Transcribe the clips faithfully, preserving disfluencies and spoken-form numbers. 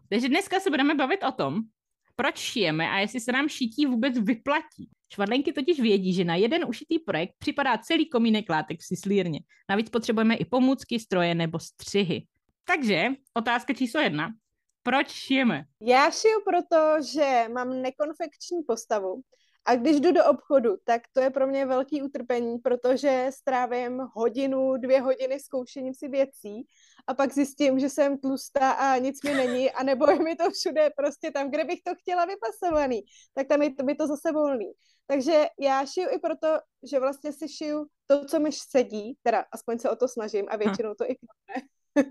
Takže dneska se budeme bavit o tom, proč šijeme a jestli se nám šití vůbec vyplatí. Švadlenky totiž vědí, že na jeden ušitý projekt připadá celý komínek látek v sislírně. Navíc potřebujeme i pomůcky, stroje nebo střihy. Takže otázka číslo jedna. Proč šijeme? Já šiju proto, že mám nekonfekční postavu a když jdu do obchodu, tak to je pro mě velký utrpení, protože strávím hodinu, dvě hodiny zkoušením si věcí a pak zjistím, že jsem tlustá a nic mi není, anebo je mi to všude prostě tam, kde bych to chtěla vypasovaný, tak tam je to, mi to zase volný. Takže já šiju i proto, že vlastně si šiju to, co mi sedí, teda aspoň se o to snažím a většinou to i klapne.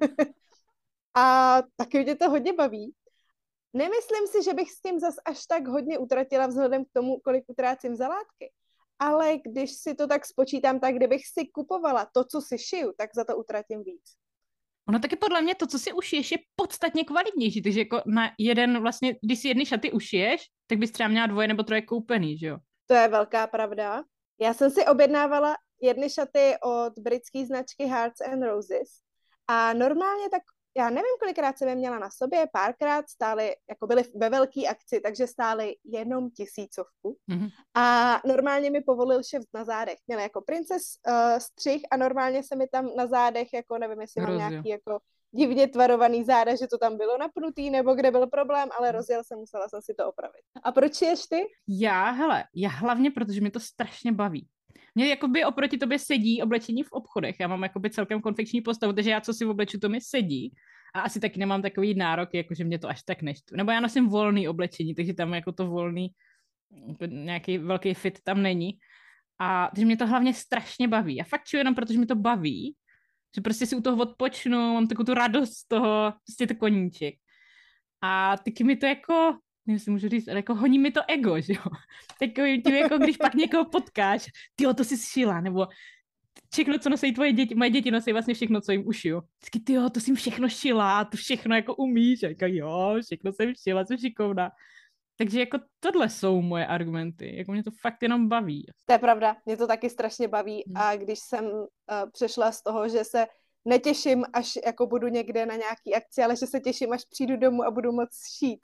A taky mě to hodně baví. Nemyslím si, že bych s tím zas až tak hodně utratila vzhledem k tomu, kolik utrácím za látky. Ale když si to tak spočítám, tak kdybych si kupovala to, co si šiju, tak za to utratím víc. Ono taky podle mě to, co si ušiješ, je podstatně kvalitnější. Takže jako na jeden vlastně, když si jedny šaty ušiješ, tak bys třeba měla dvoje nebo troje koupený, že jo? To je velká pravda. Já jsem si objednávala jedny šaty od britské značky Hearts and Roses a normálně tak já nevím, kolikrát jsem je měla na sobě, párkrát stály, jako byly ve velké akci, takže stály jenom tisícovku. Mm-hmm. A normálně mi povolil šef na zádech. Měla jako princes uh, střih a normálně se mi tam na zádech, jako nevím, jestli mám nějaký jako divně tvarovaný záda, že to tam bylo napnutý, nebo kde byl problém, ale rozjel jsem, musela jsem si to opravit. A proč ješ ty? Já, hele, já hlavně, protože mě to strašně baví. Mně jakoby oproti tobě sedí oblečení v obchodech. Já mám jakoby celkem konfekční postavu, takže já co si obleču, to mi sedí. A asi taky nemám takový nárok, jakože mě to až tak neštve. Nebo já nosím volný oblečení, takže tam jako to volný, nějaký velký fit tam není. A takže mě to hlavně strašně baví. Já fakt čuji jenom protože mi to baví, že prostě si u toho odpočnu, mám takovou tu radost z toho, prostě to koníček. A taky mi to jako, nevím, jestli můžu říct, ale jako honí mi to ego, že jo. Takový tím, jako když pak někoho potkáš, tyjo, to jsi šila, nebo všechno, co nosí tvoje děti, moje děti nosí vlastně všechno, co jim ušiju. Vždycky, tyjo, to jsem všechno šila, to všechno jako umíš. A jako, jo, všechno jsem šila, jsem šikovná. Takže jako tohle jsou moje argumenty. Jako mě to fakt jenom baví. To je pravda, mě to taky strašně baví. Hmm. A když jsem uh, přešla z toho, že se netěším, až jako budu někde na nějaký akci, ale že se těším, až přijdu domů a budu moc šít.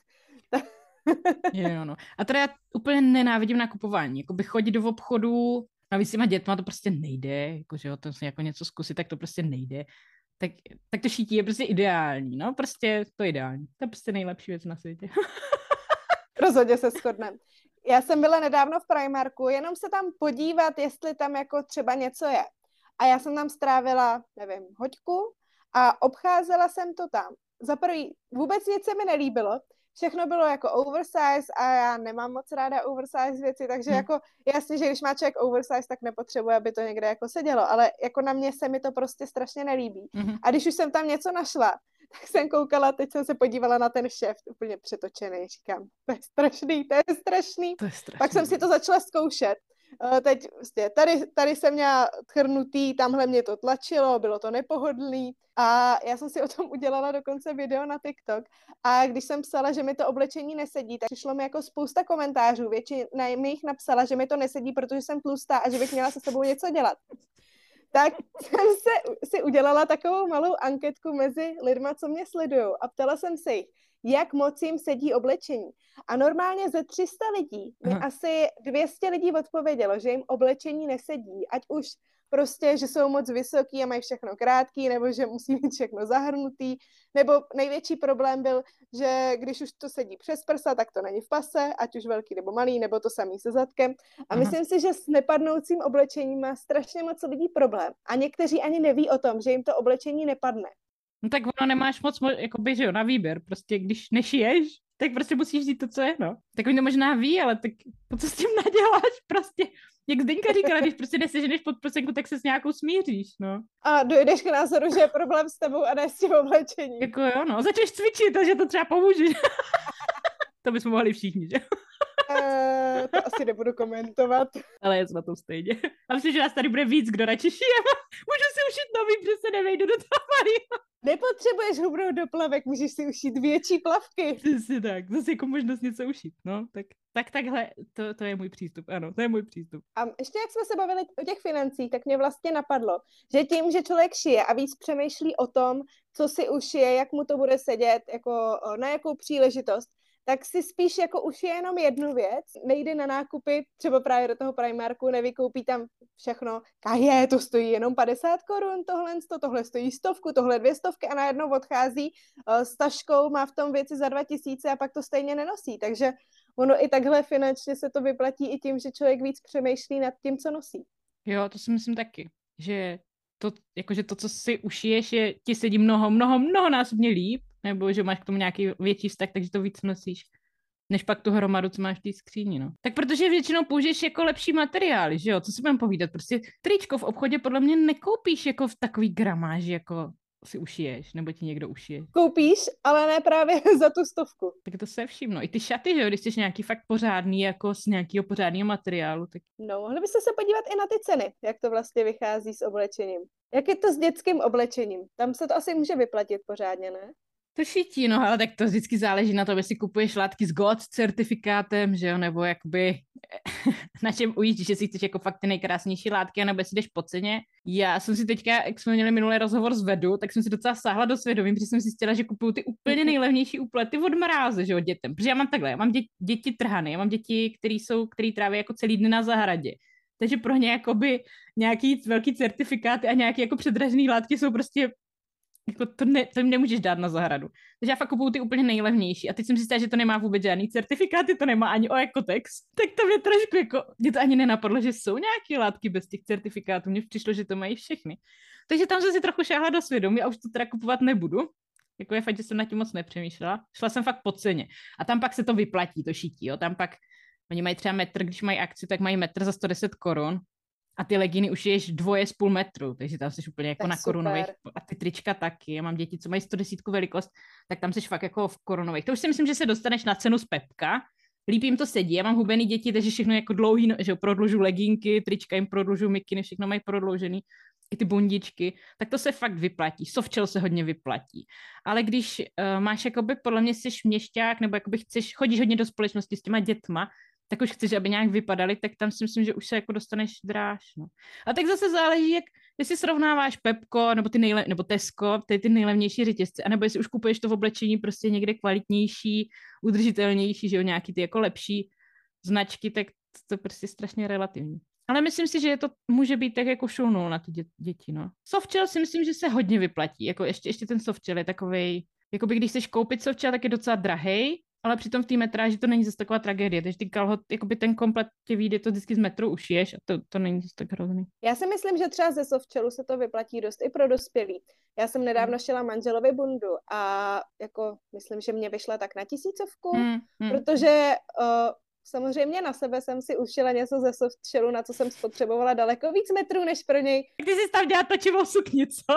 Jo, no. A teda já úplně nenávidím nakupování. Jakoby chodit do obchodu, navíc s těma dětma to prostě nejde, jakože jo, to si jako něco zkusit, tak to prostě nejde. Tak, tak to šítí je prostě ideální, no, prostě to je ideální. To je prostě nejlepší věc na světě. Rozhodně se shodneme. Já jsem byla nedávno v Primarku, jenom se tam podívat, jestli tam jako třeba něco je. A já jsem tam strávila, nevím, hoďku a obcházela jsem to tam. Za prvý, vůbec nic se mi nelíbilo, všechno bylo jako oversize a já nemám moc ráda oversize věci, takže hmm. jako jasně, že když má člověk oversize, tak nepotřebuje, aby to někde jako sedělo, ale jako na mě se mi to prostě strašně nelíbí. Hmm. A když už jsem tam něco našla, tak jsem koukala, teď jsem se podívala na ten šeft, úplně přetočený, říkám, to je strašný, to je strašný. To je strašný. Pak jsem si to začala zkoušet. Teď vlastně, tady, tady jsem měla tchrnutý, tamhle mě to tlačilo, bylo to nepohodlný a já jsem si o tom udělala dokonce video na TikTok a když jsem psala, že mi to oblečení nesedí, tak přišlo mi jako spousta komentářů, většina mi jich napsala, že mi to nesedí, protože jsem tlustá a že bych měla se sebou něco dělat. Tak jsem se, si udělala takovou malou anketku mezi lidma, co mě sledujou a ptala jsem se jich, jak moc jim sedí oblečení. A normálně ze tři sta lidí mi Aha. asi dvě stě lidí odpovědělo, že jim oblečení nesedí, ať už prostě, že jsou moc vysoký a mají všechno krátký, nebo že musí mít všechno zahrnutý, nebo největší problém byl, že když už to sedí přes prsa, tak to není v pase, ať už velký nebo malý, nebo to samý se zadkem. A Aha. myslím si, že s nepadnoucím oblečením má strašně moc lidí problém. A někteří ani neví o tom, že jim to oblečení nepadne. No tak ono nemáš moc, jakoby, že jo, na výběr. Prostě když nešiješ, tak prostě musíš vzít to, co je, no. Tak oni to možná ví, ale tak co s tím naděláš prostě. Jak Zdeňka říkala, když prostě neseženeš pod prsenku, tak se s nějakou smíříš, no. A dojdeš k názoru, že je problém s tebou a ne s tím oblečením. Jako jo, no. Začneš cvičit, takže to třeba pomůže. To bychom mohli všichni, že? Uh, to asi nebudu komentovat. Ale je to na tom stejně. A myslím, že nás tady bude víc, kdo radši šijeme. Můžu si ušít nový, protože se nevejdu do toho malýho. Nepotřebuješ hubnout do plavek, můžeš si ušít větší plavky. Přesně tak, zase jako možnost něco ušít, no, tak, tak takhle, to, to je můj přístup, ano, to je můj přístup. A ještě jak jsme se bavili o těch financích, tak mě vlastně napadlo, že tím, že člověk šije a víc přemýšlí o tom, co si ušije, jak mu to bude sedět, jako na jakou příležitost, tak si spíš jako ušije jenom jednu věc, nejde na nákupy, třeba právě do toho Primarku, nevykoupí tam všechno, a je, to stojí jenom padesát korun, tohle, tohle stojí stovku, tohle dvě stovky a najednou odchází uh, s taškou, má v tom věci za dva tisíce a pak to stejně nenosí, takže ono i takhle finančně se to vyplatí i tím, že člověk víc přemýšlí nad tím, co nosí. Jo, to si myslím taky, že to, jakože to, co si ušiješ, je, ti sedí mnoho, mnoho, mnoho násobně líp, nebo že máš k tomu nějaký větší vztah, takže to víc nosíš, než pak tu hromadu, co máš v té skříni, no. Tak protože většinou použiješ jako lepší materiály, že jo, co si budeme povídat, prostě tričko v obchodě podle mě nekoupíš jako v takový gramáži, jako si ušiješ, nebo ti někdo ušije. Koupíš, ale ne právě za tu stovku. Tak to se všimno. I ty šaty, že jo, když jsi nějaký fakt pořádný, jako z nějakého pořádného materiálu, tak... No, mohli byste se podívat i na ty ceny, jak to vlastně vychází s oblečením. Jak je to s dětským oblečením? Tam se to asi může vyplatit pořádně, ne? To šití, no, ale tak to vždycky záleží na tom, jestli kupuješ látky s G O T certifikátem, že jo, nebo jakoby na čem ujíždíš, jestli chceš jako fakt ty nejkrásnější látky, nebo jestli jdeš po ceně. Já jsem si teďka, jak jsme měli minulý rozhovor s Vedu, tak jsem si docela sáhla do svědomí, protože jsem si zjistila, že kupuju ty úplně nejlevnější úplety od mráze, že jo, dětem. Protože já mám takhle, já mám děti, děti trhany, já mám děti, který jsou, který tráví jako celý dny na zahradě. Takže pro ně jakoby nějaký velký certifikáty a nějaký jako předražený látky jsou prostě jako to, ne, to jim nemůžeš dát na zahradu. Takže já fakt kupuju ty úplně nejlevnější. A teď jsem zjistila, že to nemá vůbec žádný certifikáty, to nemá ani o Ekotex. Tak to mě trošku jako, mě to ani nenapadlo, že jsou nějaké látky bez těch certifikátů. Mně přišlo, že to mají všechny. Takže tam jsem si trochu šáhla do svědomí a už to teda kupovat nebudu. Jako je fakt, že jsem nad tím moc nepřemýšlela. Šla jsem fakt po ceně. A tam pak se to vyplatí, to šití, jo. Tam pak, oni mají třeba metr, když mají akci, tak mají metr za sto deset korun. A ty legíny už ješ dvoje z půl metru, takže tam jsi úplně jako tak na super. Korunových. A ty trička taky. Já mám děti, co mají sto deset velikost, tak tam jsi fakt jako v korunových. To už si myslím, že se dostaneš na cenu z Pepka. Líp jim to sedí. Já mám hubený děti, takže všechno jako dlouhý, že prodlužu legínky, trička jim prodlužu, mikiny, všechno mají prodloužený. I ty bundičky, tak to se fakt vyplatí. Softshell se hodně vyplatí. Ale když uh, máš jakoby, podle mě jsi měšťák, nebo jakoby chceš, chodíš hodně do společnosti s těma dětma, tak už chceš, aby nějak vypadaly, tak tam si myslím, že už se jako dostaneš dráž, no. A tak zase záleží, jak, jestli srovnáváš Pepko, nebo ty nejle, nebo Tesco, ty, ty nejlevnější řetězce, anebo jestli už kupuješ to v oblečení prostě někde kvalitnější, udržitelnější, že jo, nějaký ty jako lepší značky, tak to, to prostě strašně relativní. Ale myslím si, že je to může být tak jako show nul na ty dě- děti, no. Softshell si myslím, že se hodně vyplatí, jako ještě, ještě ten softshell je takovej, jakoby když chceš koupit softshell, tak je docela drahej, ale přitom v té metráži to není zase taková tragédie, takže ty kalhot, jakoby ten komplet tě vyjde, to vždycky z metru ušiješ a to, to není zase tak hrozný. Já si myslím, že třeba ze softshellu se to vyplatí dost i pro dospělí. Já jsem nedávno šila manželovi bundu a jako myslím, že mě vyšla tak na tisícovku, hmm, hmm. protože uh, samozřejmě na sebe jsem si ušila něco ze softshellu, na co jsem spotřebovala daleko víc metrů než pro něj. Ty jsi tam dělat točivou sukni, co?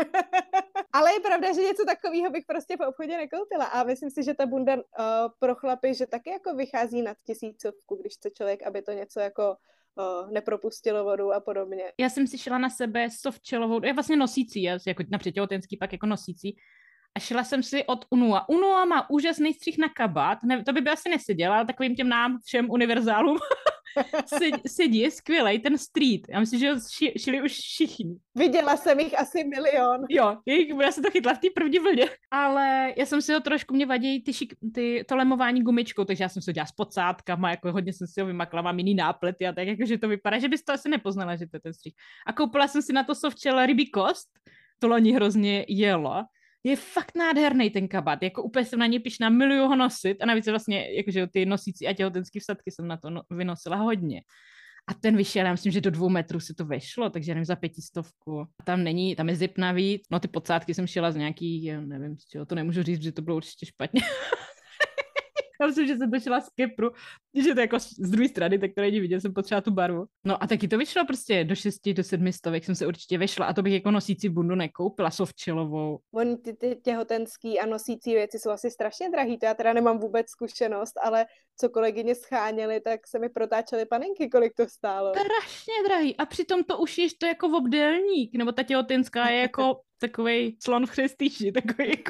Ale je pravda, že něco takového bych prostě v obchodě nekoupila a myslím si, že ta bunda uh, pro chlapy, že taky jako vychází nad tisícovku, když chce člověk, aby to něco jako uh, nepropustilo vodu a podobně. Já jsem si šila na sebe softshellovou, je vlastně nosící, já jako napřed těhotenský, pak jako nosící. A šila jsem si od Unua. Unua má úžasný střih na kabát, ne, to by by asi neseděla, ale takovým těm nám všem univerzálům sedí, je skvělej, ten street. Já myslím, že ho ši, šili už všichni. Viděla jsem jich asi milion. Jo, já jsem to chytla v té první vlně. Ale já jsem si ho trošku, mě vadí ty, šik, ty to lemování gumičkou, takže já jsem si ho dělala s podsádkama, jako hodně jsem si ho vymakla, mám jiný náplety a tak, jakože to vypadá, že bys to asi nepoznala, že to je ten střih. A koupila jsem si na to softshell rybí kost, to loni hrozně jelo. Je fakt nádherný ten kabát, jako úplně jsem na něj pyšná, miluju ho nosit a navíc vlastně, jakože ty nosící a těhotenský vsadky jsem na to no, vynosila hodně. A ten vyšel, já myslím, že do dvou metrů se to vešlo, takže nevím, za pětistovku. A tam není, tam je zip navíc, no ty podsádky jsem šila z nějaký, já nevím, z čeho, to nemůžu říct, že to bylo určitě špatně. Já myslím, že jsem to šila z Kepru. Když je to jako z druhé strany, tak to není vidět, jsem potřeba tu barvu. No a taky to vyšlo prostě do šesti, do sedmi stovek jsem se určitě vešla a to bych jako nosící bundu nekoupila, softchelovou. On ty, ty těhotenský a nosící věci jsou asi strašně drahý, to já teda nemám vůbec zkušenost, ale co kolegyně scháněly, tak se mi protáčely panenky, kolik to stálo. Strašně drahý a přitom to ušiješ to jako v obdélník, nebo ta těhotenská je jako takovej slon v chřestýši, takový jako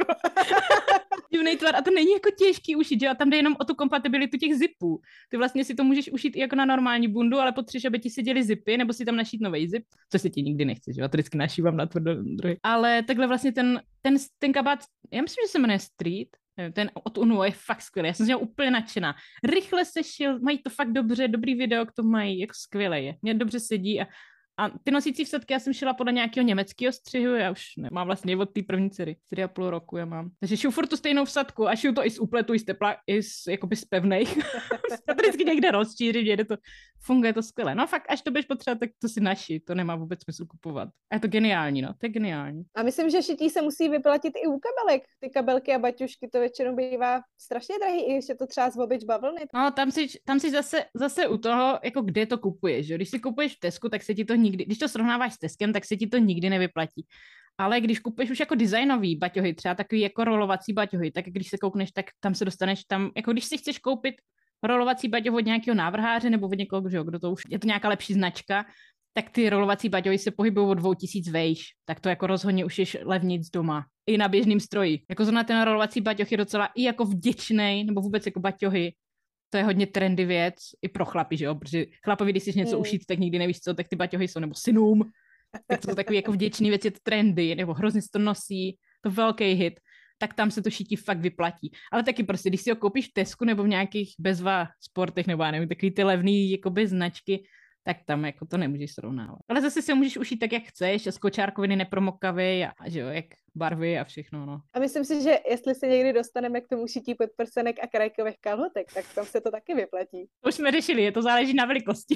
divnej tvar a to není jako těžký ušít, že? A tam jde jenom o tu kompatibilitu těch zipů. Ty vlastně si to můžeš ušít i jako na normální bundu, ale potřebuješ, aby ti seděly zipy, nebo si tam našít nový zip, co se ti nikdy nechce, že? Já to vždycky našívám na tvrdo druhý. Ale takhle vlastně ten, ten, ten kabát, já myslím, že se jmenuje Street, ten od Unuo je fakt skvělý, já jsem z něho úplně nadšená. Rychle se šil, mají to fakt dobře, dobrý video k tomu mají, jako skvělé je. Mně dobře sedí a A ty nosící vsadky já jsem šila podle nějakého německého střihu, já už nemám vlastně od té první dcery, čtyři a půl roku já mám. Takže šiju furt tu stejnou vsadku a šiju to i z úpletu, i z tepla, i z, jakoby z pevnej. to vždycky někde rozčířit, jde to, funguje to skvěle. No fakt, až to budeš potřebovat, tak to si naši, to nemá vůbec smysl kupovat. A je to geniální, no, to je geniální. A myslím, že šití se musí vyplatit i u kabelek. Ty kabelky a baťušky to většinou bývá strašně drahý, i když je to třeba z obyč bavlny. No, tam si, tam si zase, zase u toho, jako kde to kupuješ, že? Když si kupuješ v Tesku, tak se ti to nikdy, když to srovnáváš s Teskem, tak se ti to nikdy nevyplatí. Ale když kupuješ už jako designový baťohy, třeba takový jako rolovací baťohy, tak když se koukneš, tak tam se dostaneš tam, jako když si chceš koupit rolovací baťoh od nějakého návrháře nebo od někoho, že jo, kdo to už, je to nějaká lepší značka, tak ty rolovací baťohy se pohybují od dvou tisíc vejš, tak to jako rozhodně už ješ levnic doma. I na běžným stroji. Jako zrovna ten rolovací baťoh je docela i jako vděčnej, nebo vůbec jako baťohy. To je hodně trendy věc, i pro chlapy, že jo, protože chlapovi, když jsi něco mm. ušít, tak nikdy nevíš co, tak ty baťohy jsou, nebo synům, tak to jsou takový jako vděčný věc, je to trendy, nebo hrozně se to nosí, to velký hit, tak tam se to šití fakt vyplatí. Ale taky prostě, když si ho koupíš v Tesku nebo v nějakých bezva sportech, nebo já nevím, takový ty levný jakoby značky, tak tam jako to nemůžeš srovnávat. Ale zase si ho můžeš ušít tak, jak chceš, a z kočárkoviny nepromokavý a, a že jo, jak barvy a všechno, no. A myslím si, že jestli se někdy dostaneme k tomu šití podprsenek a krajkových kalhotek, tak tam se to taky vyplatí. To už jsme řešili, je to záleží na velikosti.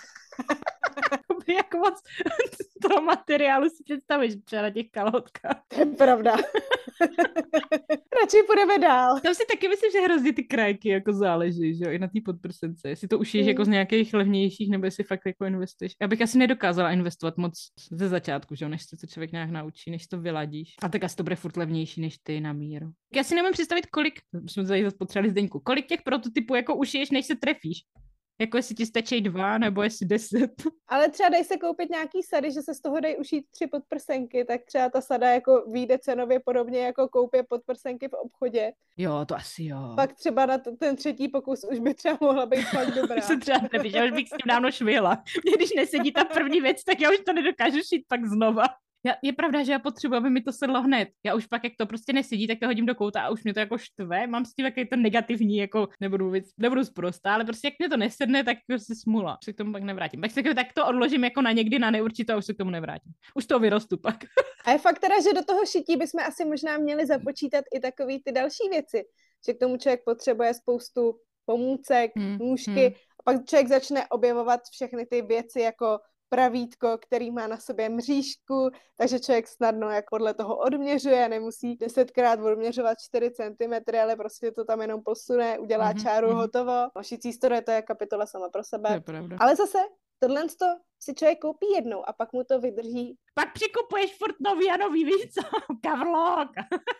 Jak moc toho materiálu si představíš třeba na těch kalhotkách. To je pravda. Radši půjdeme dál. Tam si taky myslím, že hrozně ty krajky jako záleží, že jo, i na té podprsence. Jestli to ušiješ mm. jako z nějakých levnějších, nebo jestli fakt jako investuješ. Já bych asi nedokázala investovat moc ze začátku, že jo, než se to člověk nějak naučí, než to vyladíš. A tak asi to bude furt levnější než ty na míru. Já si nemůžu představit, kolik, jsme tady zase potřebovali Zdeňku, kolik těch prototypů jako ušiješ, než se trefíš. Jako jestli ti stačí dva, nebo jestli deset. Ale třeba dej se koupit nějaký sady, že se z toho dají ušít tři podprsenky, tak třeba ta sada jako vyjde cenově podobně, jako koupě podprsenky v obchodě. Jo, to asi jo. Pak třeba na t- ten třetí pokus už by třeba mohla být fakt dobrá. Už se třeba nevíš, já už bych s tím dávno švihla. Mě když nesedí ta první věc, tak já už to nedokážu šít pak znova. Já, je pravda, že já potřebuji, aby mi to sedlo hned. Já už pak, jak to prostě nesedí, tak to hodím do kouta a už mě to jako štve. Mám s tím jaký to negativní, jako nebudu, víc, nebudu sprostá, ale prostě jak mě to nesedne, tak prostě smula. Už se k tomu pak nevrátím. Tak se tak to odložím jako na někdy na neurčito a už se k tomu nevrátím. Už to vyrostu pak. A je fakt teda, že do toho šití bychom asi možná měli započítat i takový ty další věci. Že k tomu člověk potřebuje spoustu pomůcek, hmm, nůžky hmm. a pak člověk začne objevovat všechny ty věci jako pravítko, který má na sobě mřížku, takže člověk snadno jak podle toho odměřuje, nemusí desetkrát odměřovat čtyři centimetry, ale prostě to tam jenom posune, udělá mm-hmm, čáru, mm-hmm. hotovo. Nošící stroje, to je kapitola sama pro sebe. Ale zase, tohle si člověk koupí jednou a pak mu to vydrží. Pak přikupuješ furt nový a nový, víš co? Kavlok.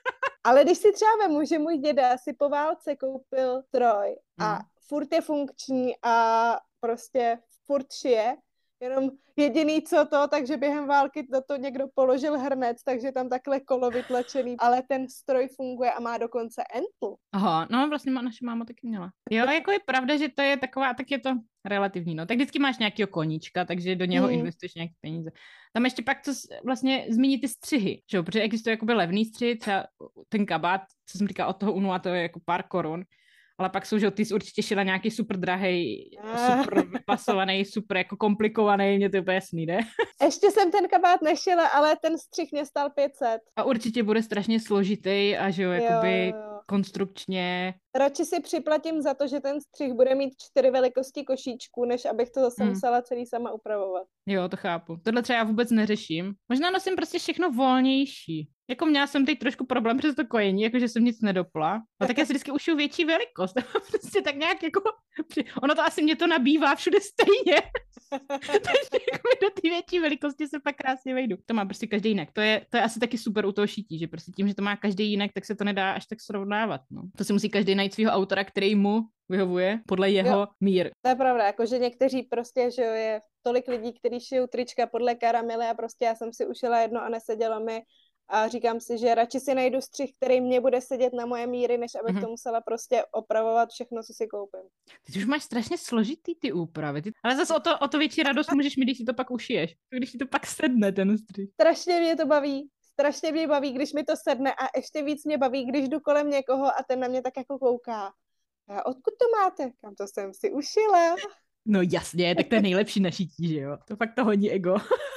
Ale když si třeba vemu, že můj děda si po válce koupil stroj a mm. furt je funkční a prostě furt šije, jenom jediný co to, takže během války do toho někdo položil hrnec, takže tam takhle kolo vytlačený, ale ten stroj funguje a má dokonce entl. Aha, no vlastně má, naše máma taky měla. Jo, jako je pravda, že to je taková, tak je to relativní, no. Tak vždycky máš nějakýho koníčka, takže do něho mm. investuješ nějaké peníze. Tam ještě pak co vlastně zmíní ty střihy, že jo, protože existuje jakoby levný střih, třeba ten kabát, co jsem říkala od toho Unua, to je jako pár korun. Ale pak jsou, že ty jsi určitě šila nějaký super drahej, super vypasovaný, super jako komplikovaný, mě to je úplně jasný, ne? Ještě jsem ten kabát nešila, ale ten střih mě stál pět set. A určitě bude strašně složitý a že jo, jakoby jo, jo. konstrukčně. Radši si připlatím za to, že ten střih bude mít čtyři velikosti košíčků, než abych to zase hmm. musela celý sama upravovat. Jo, to chápu. Tohle třeba já vůbec neřeším. Možná nosím prostě všechno volnější. Jako měla jsem teď trošku problém přes to kojení, jakože jsem nic nedopla. No tak já si vždycky ušiju větší velikost. Prostě tak nějak jako... Ono to asi mě to nabývá všude stejně. Takže jako do té větší velikosti se pak krásně vejdu. To má prostě každý jinak. To je, to je asi taky super u toho šití, že prostě tím, že to má každý jinak, tak se to nedá až tak srovnávat. No. To si musí každý najít svého autora, který mu vyhovuje podle jeho jo, mír. To je pravda, jakože někteří prostě, že je tolik lidí, kteří šijou trička podle karamely a prostě já jsem si ušila jedno a nesedělo mi a říkám si, že radši si najdu střih, který mě bude sedět na moje míry, než abych mm-hmm. to musela prostě opravovat všechno, co si koupím. Ty už máš strašně složitý ty úpravy, ty... ale zase o to, o to větší radost můžeš mít, když si to pak ušiješ, když ti to pak sedne ten střih. Strašně mě to baví, strašně mě baví, když mi to sedne a ještě víc mě baví, když jdu kolem někoho a ten na mě tak jako kouká. A odkud to máte? Kam to jsem si ušila? No jasně, tak to je nejlepší na šití, že jo? To fakt to hodí ego.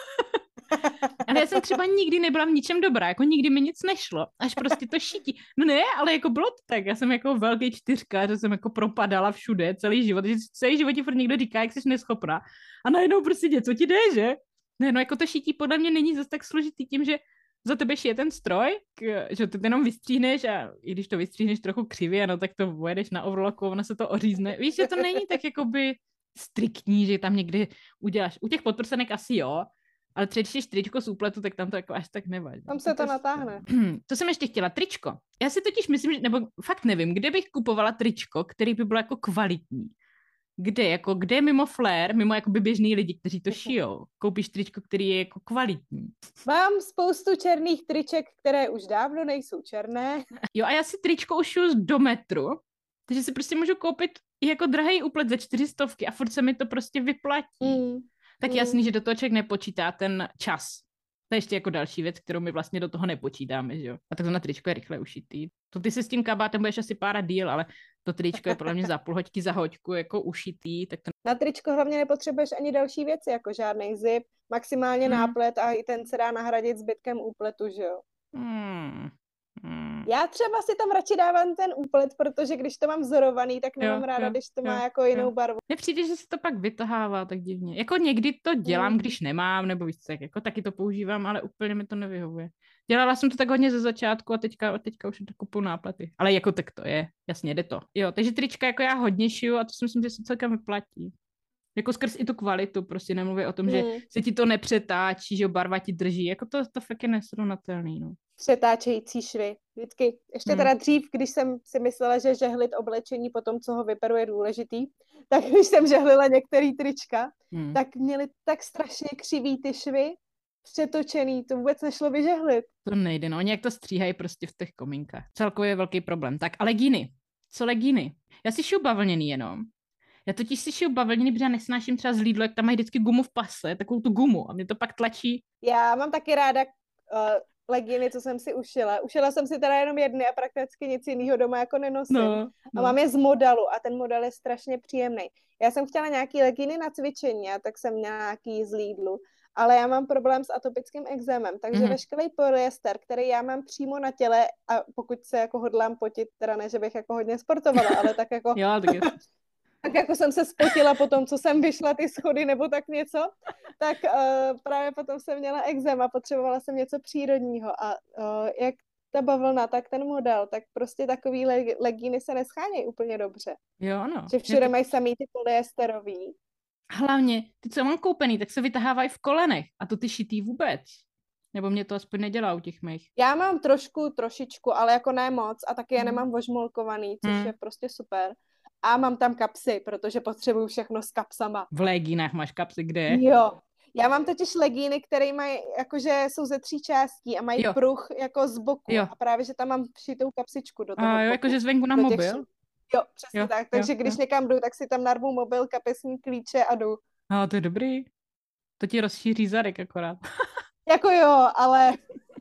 Ale já jsem třeba nikdy nebyla v ničem dobrá, jako nikdy mi nic nešlo, až prostě to šití. No ne, ale jako bylo to tak, já jsem jako velký čtyřka, že jsem jako propadala všude celý život, že celý život ti furt někdo říká, jak jsi neschopná a najednou prostě něco ti jde, že? Ne, no jako to šití podle mě není zase tak složitý tím, že za tebe šije ten stroj, k, že ty jenom vystříhneš a i když to vystříhneš trochu křivě, no tak to vojedeš na overlocku, ono se to ořízne. Víš, že to není tak jakoby striktní, že tam někdy uděláš, u těch podprsenek asi jo, ale třeba když tričko z úpletu, tak tam to jako až tak nevadí. Tam se to, to natáhne. To jsem ještě chtěla, tričko. Já si totiž myslím, že, nebo fakt nevím, kde bych kupovala tričko, který by bylo jako kvalitní. Kde, jako, kde mimo flair, mimo jakoby běžný lidi, kteří to šijou, koupíš tričko, který je jako kvalitní. Mám spoustu černých triček, které už dávno nejsou černé. Jo, a já si tričko ušiju do metru, takže si prostě můžu koupit i jako drahý úplet za čtyři stovky a furt se mi to prostě vyplatí. Mm. Tak mm. jasný, že do toho člověk nepočítá ten čas. To je ještě jako další věc, kterou my vlastně do toho nepočítáme, že jo. A tak to na tričko je rychle ušitý. To ty se s tím kabátem budeš asi párat díl, ale to tričko je podle mě za půl hoďky, za hoďku jako ušitý. Tak to... Na tričko hlavně nepotřebuješ ani další věci, jako žádný zip, maximálně mm. náplet a i ten se dá nahradit zbytkem úpletu, že jo. Mm. Hmm. Já třeba si tam radši dávám ten úplet, protože když to mám vzorovaný, tak nemám jo, ráda, jo, když to jo, má jako jinou jo. barvu. Mně přijde, že se to pak vytahává tak divně. Jako někdy to dělám, hmm. když nemám, nebo víc tak, jako taky to používám, ale úplně mi to nevyhovuje. Dělala jsem to tak hodně ze začátku a teďka, teďka už to kupuju náplety. Ale jako tak to je, jasně, jde to. Jo, takže trička jako já hodně šiju a to si myslím, že se celkem vyplatí. Jako skrz i tu kvalitu, prostě nemluvím o tom, hmm. že se ti to nepřetáčí, že barva ti drží, jako to, to fakt je nesrovnatelný, no. Přetáčející švy. Vždycky. Ještě teda dřív, když jsem si myslela, že žehlit oblečení po tom, co ho vyperu, je důležitý, tak když jsem žehlila některý trička, hmm. tak měly tak strašně křivý ty švy, přetočený, to vůbec nešlo vyžehlit. To nejde, no, oni jak to stříhají prostě v těch komínkách. Celkově je velký problém. Tak a legíny. Co legíny? Já si šiju bavlněný jenom. Já totiž si šiju bavlněný, protože já nesnáším třeba z Lidlu, jak tam mají vždycky gumu v pase, takovou tu gumu a mě to pak tlačí. Já mám taky ráda uh, legíny, co jsem si ušila. Ušila jsem si teda jenom jedny a prakticky nic jiného doma jako nenosím. No, no. A mám je z modalu a ten model je strašně příjemný. Já jsem chtěla nějaký legíny na cvičení, a tak jsem měla nějaký z Lidlu, ale já mám problém s atopickým ekzémem, takže mm-hmm. veškerý polyester, který já mám přímo na těle a pokud se jako hodlám potit, teda ne, že bych jako hodně sportovala, ale tak jako... jo, tak je. Tak jako jsem se spotila po tom, co jsem vyšla ty schody nebo tak něco, tak uh, právě potom jsem měla ekzém a potřebovala jsem něco přírodního a uh, jak ta bavlna, tak ten model, tak prostě takový leg- legíny se neschánějí úplně dobře. Jo, ano. Že všude mají samý ty polyesterový. Hlavně, ty, co mám koupený, tak se vytahávají v kolenech a to ty šitý vůbec. Nebo mě to aspoň nedělá u těch mých. Já mám trošku, trošičku, ale jako ne moc a taky je nemám vožmolkovaný, což hmm. je prostě super. A mám tam kapsy, protože potřebuju všechno s kapsama. V legínách máš kapsy kde? Jo. Já mám totiž legíny, které mají, jakože jsou ze tří částí a mají jo. pruh jako z boku. Jo. A právě, že tam mám přitou kapsičku do toho. A jo, jakože zvenku na mobil? Těch... Jo, přesně jo, tak. Takže jo, když jo. někam jdu, tak si tam narvu mobil, kapesní klíče a jdu. A to je dobrý. To ti rozšíří zadek akorát. Jako jo, ale...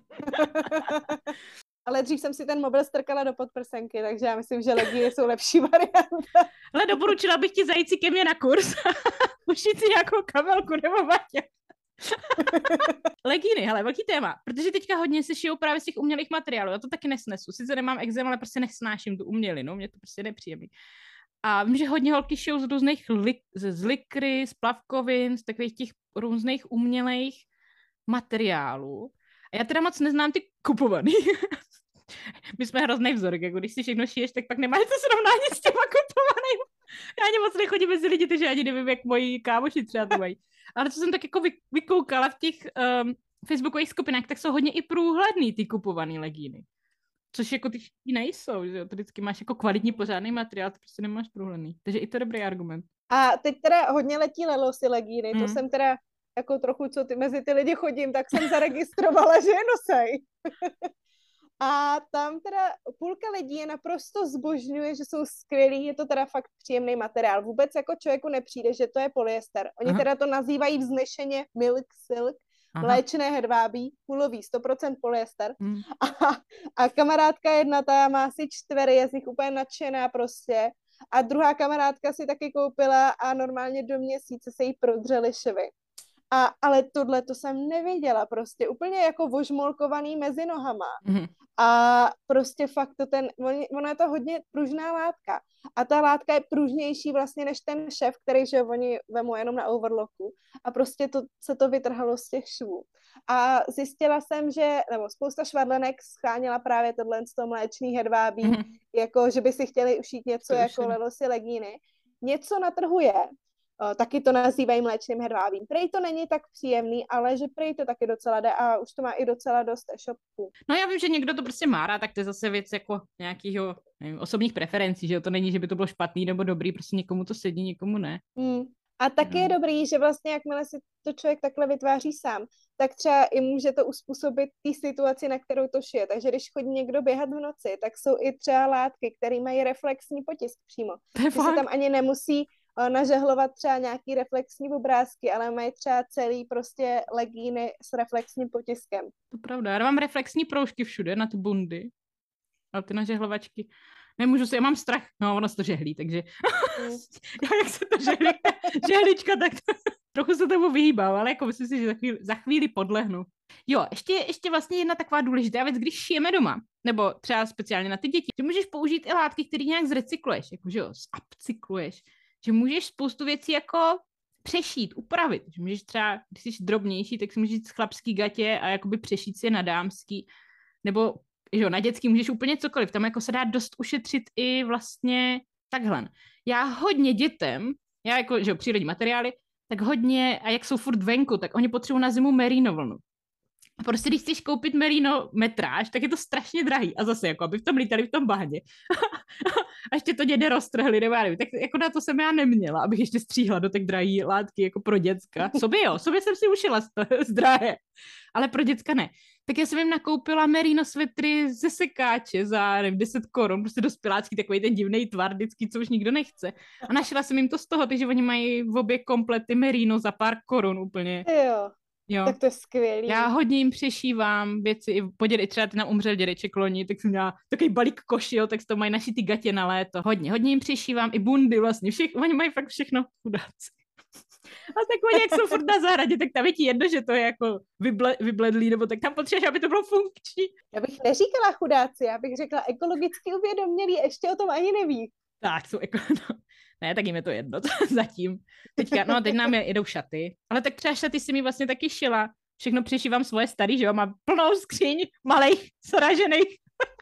Ale dřív jsem si ten mobil strkala do podprsenky, takže já myslím, že legíny jsou lepší varianta. Ale doporučila bych ti zajít si ke mně na kurz. Ušít si nějakou kabelku nebo vatě. Legíny, hele, velký téma, protože teďka hodně se šijou právě z těch umělých materiálů, já to taky nesnesu, sice nemám ekzém, ale prostě nesnáším tu umělinu, mě to prostě nepříjemný. A vím, že hodně holky šijou z různých lik, z likry, z plavkovin, z takových těch různých umělých materiálů. Já teda moc neznám ty kupovaný. My jsme hrozný vzorek, jako když si všechno šiješ, tak pak nemáš to srovnání s těma kupovanými. Já ani moc nechodím mezi lidi, takže ani nevím, jak moji kámoši třeba to mají. Ale co jsem tak jako vy, vykoukala v těch um, facebookových skupinách, tak jsou hodně i průhledný ty kupovaný legíny. Což jako ty všichni nejsou, že jo? To vždycky máš jako kvalitní pořádný materiál, to prostě nemáš průhledný. Takže i to je dobrý argument. A teď teda hodně letí lelosy legíny, mm. to Mm. jsem teda jako trochu, co ty, mezi ty lidi chodím, tak jsem zaregistrovala, že je nosej. A tam teda půlka lidí je naprosto zbožňuje, že jsou skvělí, je to teda fakt příjemný materiál. Vůbec jako člověku nepřijde, že to je polyester. Oni Aha. teda to nazývají vznešeně milk silk, Aha. mléčné hedvábí, kulový, sto procent polyester. Hmm. A, a kamarádka jedna, ta má asi čtvery, je z nich úplně nadšená prostě. A druhá kamarádka si taky koupila a normálně do měsíce se jí prodřely švy. A, ale tohle to jsem nevěděla prostě, úplně jako vožmolkovaný mezi nohama. Mm-hmm. A prostě fakt to ten, ono je to hodně pružná látka. A ta látka je pružnější vlastně než ten šev, který, že oni vemou jenom na overlocku. A prostě to, se to vytrhalo z těch švů. A zjistila jsem, že, nebo spousta švadlenek scháněla právě tohle z toho mléčný hedvábí, mm-hmm. jako že by si chtěli ušít něco to jako lelosy legíny. Něco na trhu je. O, taky to nazývají mléčným hedvábím. Prej to není tak příjemný, ale že prej to taky docela jde a už to má i docela dost e-shopů. No já vím, že někdo to prostě má rád, tak to je zase věc jako nějakýho, nevím, osobních preferencí, že jo, to není, že by to bylo špatný nebo dobrý, prostě někomu to sedí, někomu ne. Hmm. A taky no. je dobrý, že vlastně jakmile si to člověk takhle vytváří sám, tak třeba i může to uspůsobit té situaci, na kterou to šije. Takže když chodí někdo běhat v noci, tak jsou i třeba látky, které mají reflexní potisk přímo. Že se tam ani nemusí nažehlovat třeba nějaký reflexní obrázky, ale mají třeba celý prostě legíny s reflexním potiskem. To pravda, já mám reflexní proužky všude na ty bundy, ale ty nažehlovačky, nemůžu si, já mám strach, no ono se to žehlí, takže mm. já jak se to žehlí, žehlička, tak to, trochu se tomu vyhýbám, ale jako myslím si, že za chvíli, za chvíli podlehnu. Jo, ještě, ještě vlastně jedna taková důležitá věc, když šijeme doma, nebo třeba speciálně na ty děti, že můžeš použít i látky, které nějak zrecykluješ, jakože jo, upcykluješ, že můžeš spoustu věcí jako přešít, upravit. Že můžeš třeba, když jsi drobnější, tak si můžeš jít z chlapský gatě a jakoby přešít si je na dámský. Nebo že jo, na dětský můžeš úplně cokoliv. Tam jako se dá dost ušetřit i vlastně takhle. Já hodně dětem, já jako, že jo, přírodní materiály, tak hodně, a jak jsou furt venku, tak oni potřebují na zimu merino vlnu. A prostě když chceš koupit merino metráž, tak je to strašně drahý. A zase, jako aby v tom lítali v tom bahně. A ještě to děde roztrhli, nebo já nevím. Tak jako na to jsem já neměla, abych ještě stříhla do tak drahý látky jako pro děcka. Sobě jo, sobě jsem si ušila z drahé, ale pro děcka ne. Tak já jsem jim nakoupila merino svetry ze sekáče za, nevím, deset korun, prostě dospělácký, takový ten divný tvar vždycky, co už nikdo nechce. A našla jsem jim to z toho, takže oni mají v obě komplety merino za pár korun úplně. Jo. Jo. Tak to je skvělý. Já hodně jim přešívám věci, i po dědi, třeba ty nám umřel dědeček loni, tak jsem měla takový balík košil, tak to mají naši ty gatě na léto. Hodně, hodně jim přešívám, i bundy vlastně, všech, oni mají fakt všechno chudáci. A tak oni, jak jsou furt na zahradě, tak tam je ti jedno, že to je jako vyble, vybledlý, nebo tak tam potřebuješ, aby to bylo funkční. Já bych neříkala chudáci, já bych řekla ekologicky uvědomělí, ještě o tom ani neví. Tak, jsou jako, no. Ne, tak jim je to jedno, to zatím. Teďka, no teď nám je, jedou šaty, ale tak třeba šaty si mi vlastně taky šila. Všechno přešívám svoje starý, že jo, mám plnou skříň malých, sražených.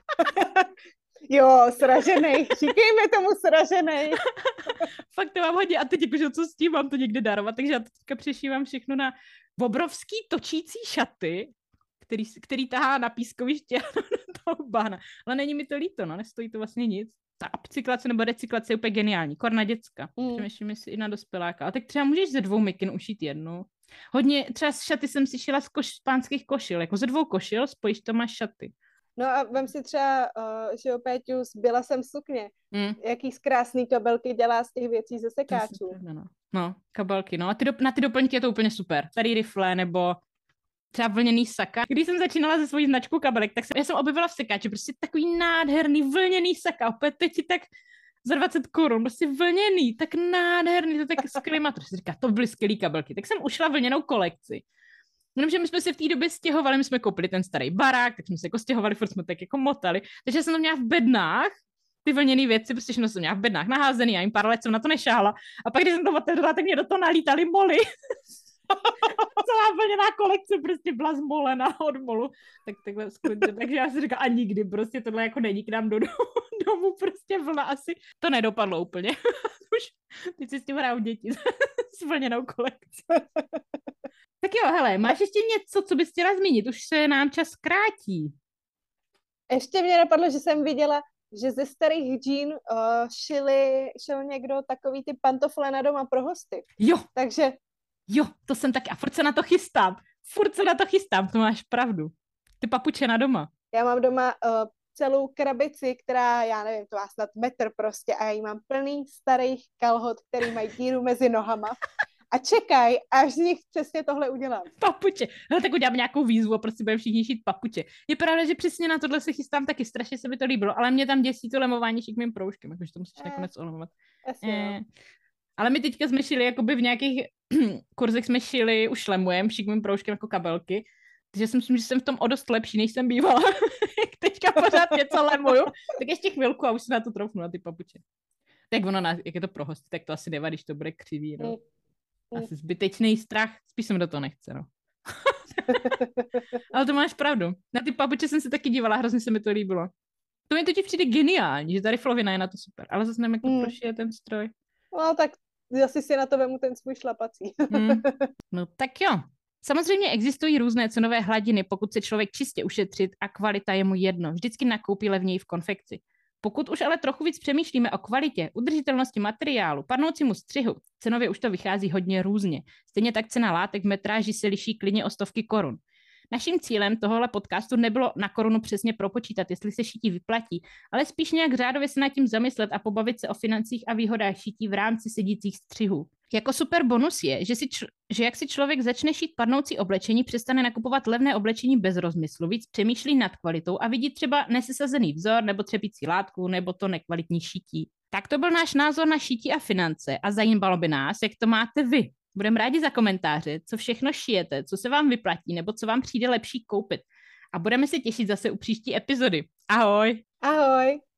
Jo, sražených, říkejme tomu sražených. Fakt to mám hodně a teď jakože co s tím, mám to někde darovat, takže já teďka přešívám všechno na obrovský točící šaty, který, který tahá na pískoviště do toho bahna. Ale není mi to líto, no, nestojí to vlastně nic. Ta upcyklace nebo recyklace je úplně geniální. Kor na děcka. Mm. Přemýšlím si i na dospěláka. A tak třeba můžeš ze dvou mikin ušít jednu. Hodně, třeba z šaty jsem si šila z, koš, z pánských košil. Jako ze dvou košil spojíš to, máš šaty. No a vem si třeba, uh, že jo, Péťu, zbyla jsem sukně. Mm. Jaký krásný kabelky dělá z těch věcí ze sekáčů. No, no, kabelky, no. A ty do, na ty doplňky je to úplně super. Starý rifle nebo třeba vlněný saka. Když jsem začínala se svojí značkou kabelek, tak jsem, já jsem objevila v sekáči prostě takový nádherný vlněný saka. Opět teď tak za dvacet korun, prostě vlněný, tak nádherný, to tak skvělý matr. Jsem říkala, to byly skvělý kabelky. Tak jsem ušla vlněnou kolekci. Jenomže my jsme se v té době stěhovali, my jsme koupili ten starý barák, tak jsme se jako stěhovali, furt jsme tak jako motali. Takže jsem to měla v bednách, ty vlněné věci, prostě všechno jsem měla v bednách naházený, já jim pár let jsem na to nešáhla. A pak, když jsem to otevřela, tak mě do toho nalítali moly. Celá vlněná kolekce prostě byla zmolena od molu. Tak takhle skončil. Takže já si říkám, a nikdy prostě tohle jako není k nám do domu, domů prostě vlna asi. To nedopadlo úplně. Už teď si s tím hrajou děti s vlněnou kolekcí. Tak jo, hele, máš ještě něco, co bys chtěla zmínit? Už se nám čas krátí. Ještě mě napadlo, že jsem viděla, že ze starých džín uh, šili, šil někdo takový ty pantofle na doma pro hosty. Jo. Takže... Jo, to jsem taky. A furt se na to chystám. Furt se na to chystám, to máš pravdu. Ty papuče na doma. Já mám doma uh, celou krabici, která, já nevím, to má snad metr prostě a já jí mám plný starých kalhot, který mají díru mezi nohama. A čekaj, až z nich přesně tohle udělám. Papuče. No tak udělám nějakou výzvu a prostě budeme všichni šít papuče. Je pravda, že přesně na tohle se chystám taky, strašně se mi to líbilo, ale mě tam děsí to lemování šikmým proužkem, jakože to musíš eh, nakonec olemovat. Eh, ale my teďka jsme šili, jakoby v nějakých kurzech jsme šili, už lemujem šikmým proužkem jako kabelky, takže si myslím, že jsem v tom o dost lepší, než jsem bývala. Jak teďka pořád něco lemuju, tak ještě chvilku a už se na to troufnu, na ty papuče. Tak ono, jak je to pro hosty, tak to asi nevadí, když to bude křivý, no. Asi zbytečný strach, spíš se mi do toho nechce, no. Ale to máš pravdu. Na ty papuče jsem se taky dívala, hrozně se mi to líbilo. To mi totiž přijde geniální, že ta riflovina je na to super, ale zase nevím, jak to mm. prošije ten stroj. No tak asi si na to vemu ten svůj šlapací. mm. No tak jo. Samozřejmě existují různé cenové hladiny, pokud se člověk čistě ušetřit a kvalita je mu jedno. Vždycky nakoupí levněji v konfekci. Pokud už ale trochu víc přemýšlíme o kvalitě, udržitelnosti materiálu, padnoucímu střihu, cenově už to vychází hodně různě. Stejně tak cena látek v metráži se liší klidně o stovky korun. Naším cílem tohohle podcastu nebylo na korunu přesně propočítat, jestli se šití vyplatí, ale spíš nějak řádově se nad tím zamyslet a pobavit se o financích a výhodách šití v rámci sedících střihů. Jako super bonus je, že, si č- že jak si člověk začne šít padnoucí oblečení, přestane nakupovat levné oblečení bez rozmyslu, víc přemýšlí nad kvalitou a vidí třeba nesesazený vzor nebo třepící látku nebo to nekvalitní šití. Tak to byl náš názor na šití a finance a zajímalo by nás, jak to máte vy. Budeme rádi za komentáře, co všechno šijete, co se vám vyplatí nebo co vám přijde lepší koupit. A budeme se těšit zase u příští epizody. Ahoj! Ahoj!